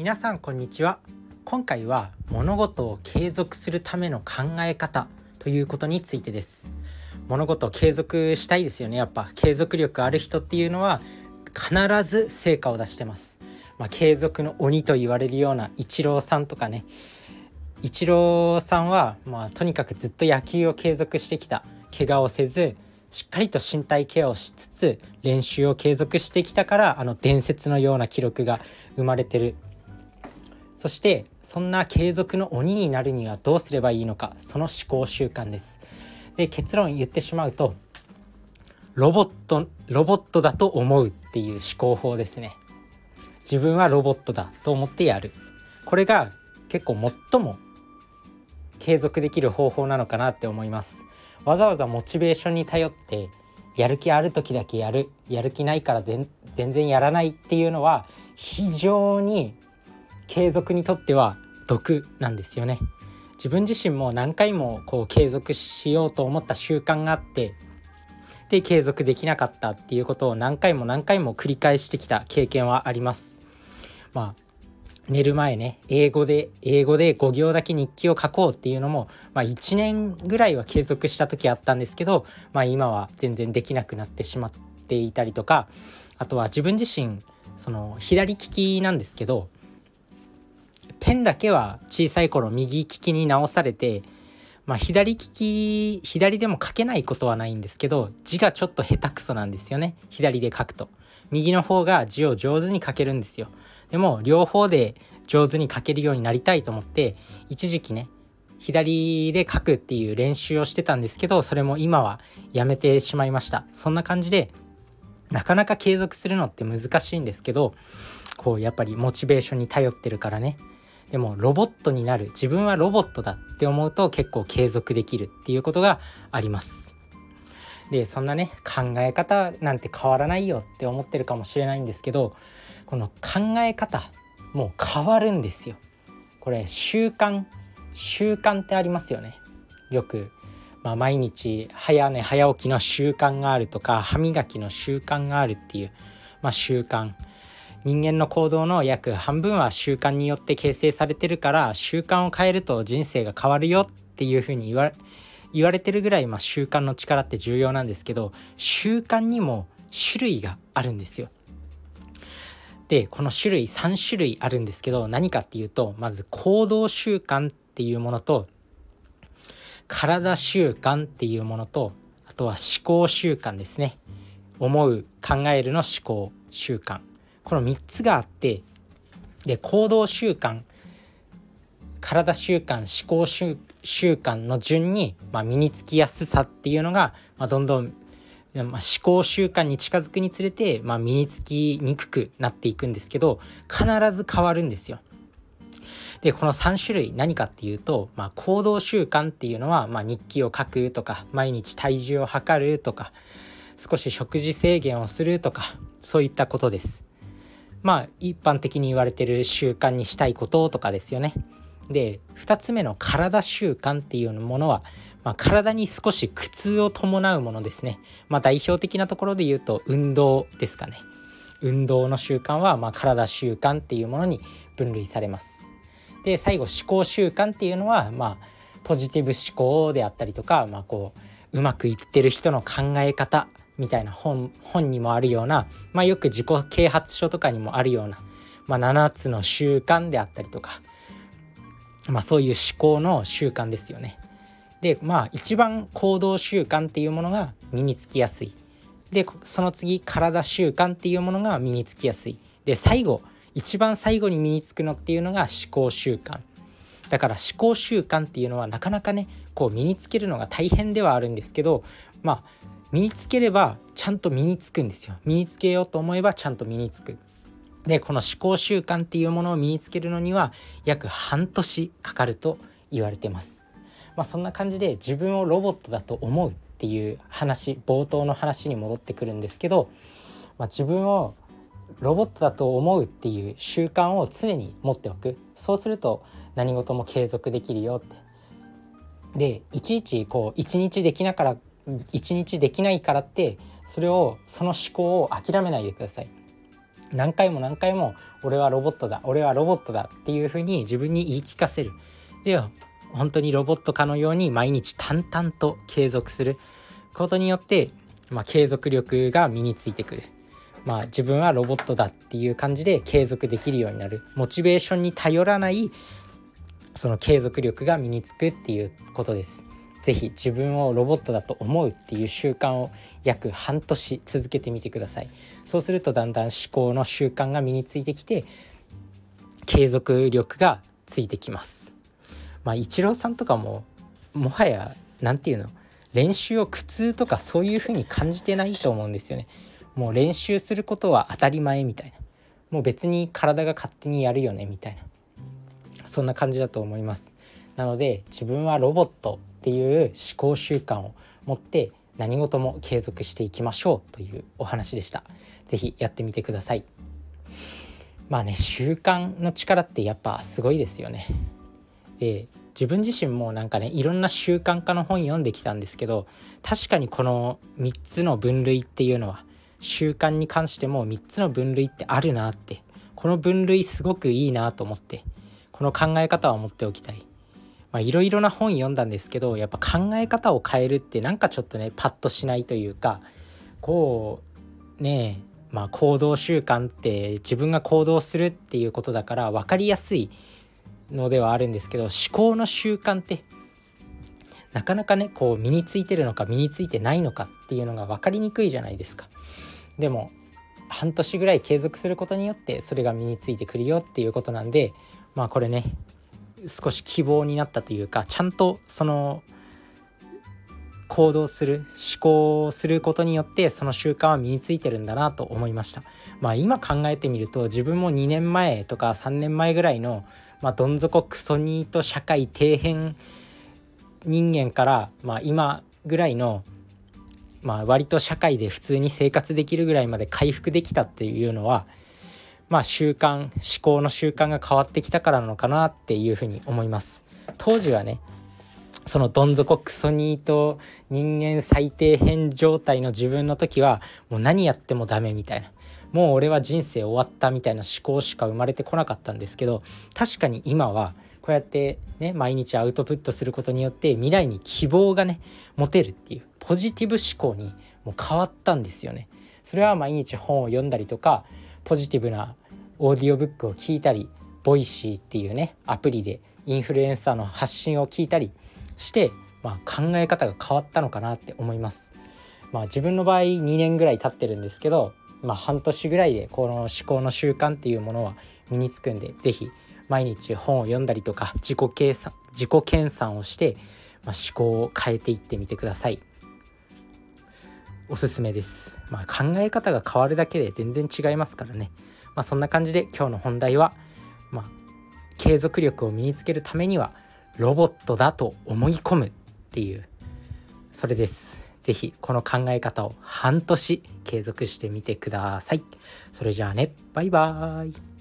皆さんこんにちは。今回は物事を継続するための考え方ということについてです。物事を継続したいですよね。やっぱ継続力ある人っていうのは必ず成果を出してます。継続の鬼と言われるようなイチローさんとかね。イチローさんはとにかくずっと野球を継続してきた。怪我をせずしっかりと身体ケアをしつつ練習を継続してきたから、伝説のような記録が生まれてる。そしてそんな継続の鬼になるにはどうすればいいのか、その思考習慣です。で、結論言ってしまうとロボットだと思うっていう思考法ですね。自分はロボットだと思ってやる。これが結構最も継続できる方法なのかなって思います。わざわざモチベーションに頼ってやる気ある時だけやる、やる気ないから全然やらないっていうのは非常に継続にとっては毒なんですよね。自分自身も何回も継続しようと思った習慣があって、で継続できなかったっていうことを何回も繰り返してきた経験はあります。寝る前ね、英語で5行だけ日記を書こうっていうのも、1年ぐらいは継続した時あったんですけど、今は全然できなくなってしまっていたりとか、あとは自分自身左利きなんですけど、ペンだけは小さい頃右利きに直されて、左でも書けないことはないんですけど、字がちょっと下手くそなんですよね。左で書くと右の方が字を上手に書けるんですよ。でも両方で上手に書けるようになりたいと思って一時期ね、左で書くっていう練習をしてたんですけど、それも今はやめてしまいました。そんな感じでなかなか継続するのって難しいんですけど、やっぱりモチベーションに頼ってるからね。でもロボットになる、自分はロボットだって思うと結構継続できるっていうことがあります。で、そんなね、考え方なんて変わらないよって思ってるかもしれないんですけど、この考え方もう変わるんですよ。これ習慣ってありますよね。よく、毎日早寝早起きの習慣があるとか、歯磨きの習慣があるっていう、習慣、人間の行動の約半分は習慣によって形成されてるから、習慣を変えると人生が変わるよっていうふうに言われてるぐらい、習慣の力って重要なんですけど、習慣にも種類があるんですよ。で、この種類3種類あるんですけど、何かっていうと、まず行動習慣っていうものと体習慣っていうものと、あとは思考習慣ですね。思う、考えるの思考習慣、この3つがあって、で行動習慣、体習慣、思考習慣の順に、身につきやすさっていうのが、どんどん思考習慣に近づくにつれて、身につきにくくなっていくんですけど、必ず変わるんですよ。でこの3種類何かっていうと、行動習慣っていうのは、日記を書くとか、毎日体重を測るとか、少し食事制限をするとか、そういったことです。一般的に言われている習慣にしたいこととかですよね。で2つ目の体習慣っていうものは、体に少し苦痛を伴うものですね。代表的なところで言うと運動ですかね。運動の習慣は、体習慣っていうものに分類されます。で最後思考習慣っていうのは、ポジティブ思考であったりとか、うまくいってる人の考え方みたいな本にもあるような、よく自己啓発書とかにもあるような、7つの習慣であったりとか、そういう思考の習慣ですよね。で一番行動習慣っていうものが身につきやすい。でその次体習慣っていうものが身につきやすい。で一番最後に身につくのっていうのが思考習慣だから、思考習慣っていうのはなかなかね、身につけるのが大変ではあるんですけど、身につければちゃんと身につくんですよ。身につけようと思えばちゃんと身につく。でこの思考習慣っていうものを身につけるのには約半年かかると言われてます。そんな感じで自分をロボットだと思うっていう話、冒頭の話に戻ってくるんですけど、自分をロボットだと思うっていう習慣を常に持っておく。そうすると何事も継続できるよって。でいちいち一日できないからって、その思考を諦めないでください。 何回も何回も俺はロボットだ俺はロボットだっていう風に自分に言い聞かせる。で本当にロボットかのように毎日淡々と継続することによって、継続力が身についてくる。自分はロボットだっていう感じで継続できるようになる。モチベーションに頼らないその継続力が身につくっていうことです。ぜひ自分をロボットだと思うっていう習慣を約半年続けてみてください。そうするとだんだん思考の習慣が身についてきて継続力がついてきます。イチローさんとかももはや練習を苦痛とかそういう風に感じてないと思うんですよね。もう練習することは当たり前みたいな、もう別に体が勝手にやるよねみたいな、そんな感じだと思います。なので自分はロボットっていう思考習慣を持って何事も継続していきましょうというお話でした。ぜひやってみてください。習慣の力ってやっぱすごいですよね。で自分自身もいろんな習慣化の本読んできたんですけど、確かにこの3つの分類っていうのは習慣に関しても3つの分類ってあるなって、この分類すごくいいなと思って、この考え方は持っておきたい。いろいろな本読んだんですけど、やっぱ考え方を変えるってちょっとねパッとしないというか、行動習慣って自分が行動するっていうことだから分かりやすいのではあるんですけど、思考の習慣ってなかなかね身についてるのか身についてないのかっていうのが分かりにくいじゃないですか。でも半年ぐらい継続することによってそれが身についてくるよっていうことなんで、これね少し希望になったというか、ちゃんとその行動する思考をすることによってその習慣は身についてるんだなと思いました。今考えてみると自分も2年前とか3年前ぐらいのどん底クソニート社会底辺人間から、今ぐらいの、割と社会で普通に生活できるぐらいまで回復できたっていうのは、思考の習慣が変わってきたからなのかなっていうふうに思います。当時はねそのどん底クソニート人間最底辺状態の自分の時はもう何やってもダメみたいな、もう俺は人生終わったみたいな思考しか生まれてこなかったんですけど、確かに今はこうやってね毎日アウトプットすることによって未来に希望がね持てるっていうポジティブ思考にもう変わったんですよね。それは毎日本を読んだりとかポジティブなオーディオブックを聞いたり、ボイシーっていうねアプリでインフルエンサーの発信を聞いたりして、考え方が変わったのかなって思います。自分の場合2年ぐらい経ってるんですけど、半年ぐらいでこの思考の習慣っていうものは身につくんで、ぜひ毎日本を読んだりとか自己研鑽をして、思考を変えていってみてください。おすすめです。考え方が変わるだけで全然違いますからね。そんな感じで今日の本題は、継続力を身につけるためにはロボットだと思い込むっていう、それです。ぜひこの考え方を半年継続してみてください。それじゃあね、バイバーイ。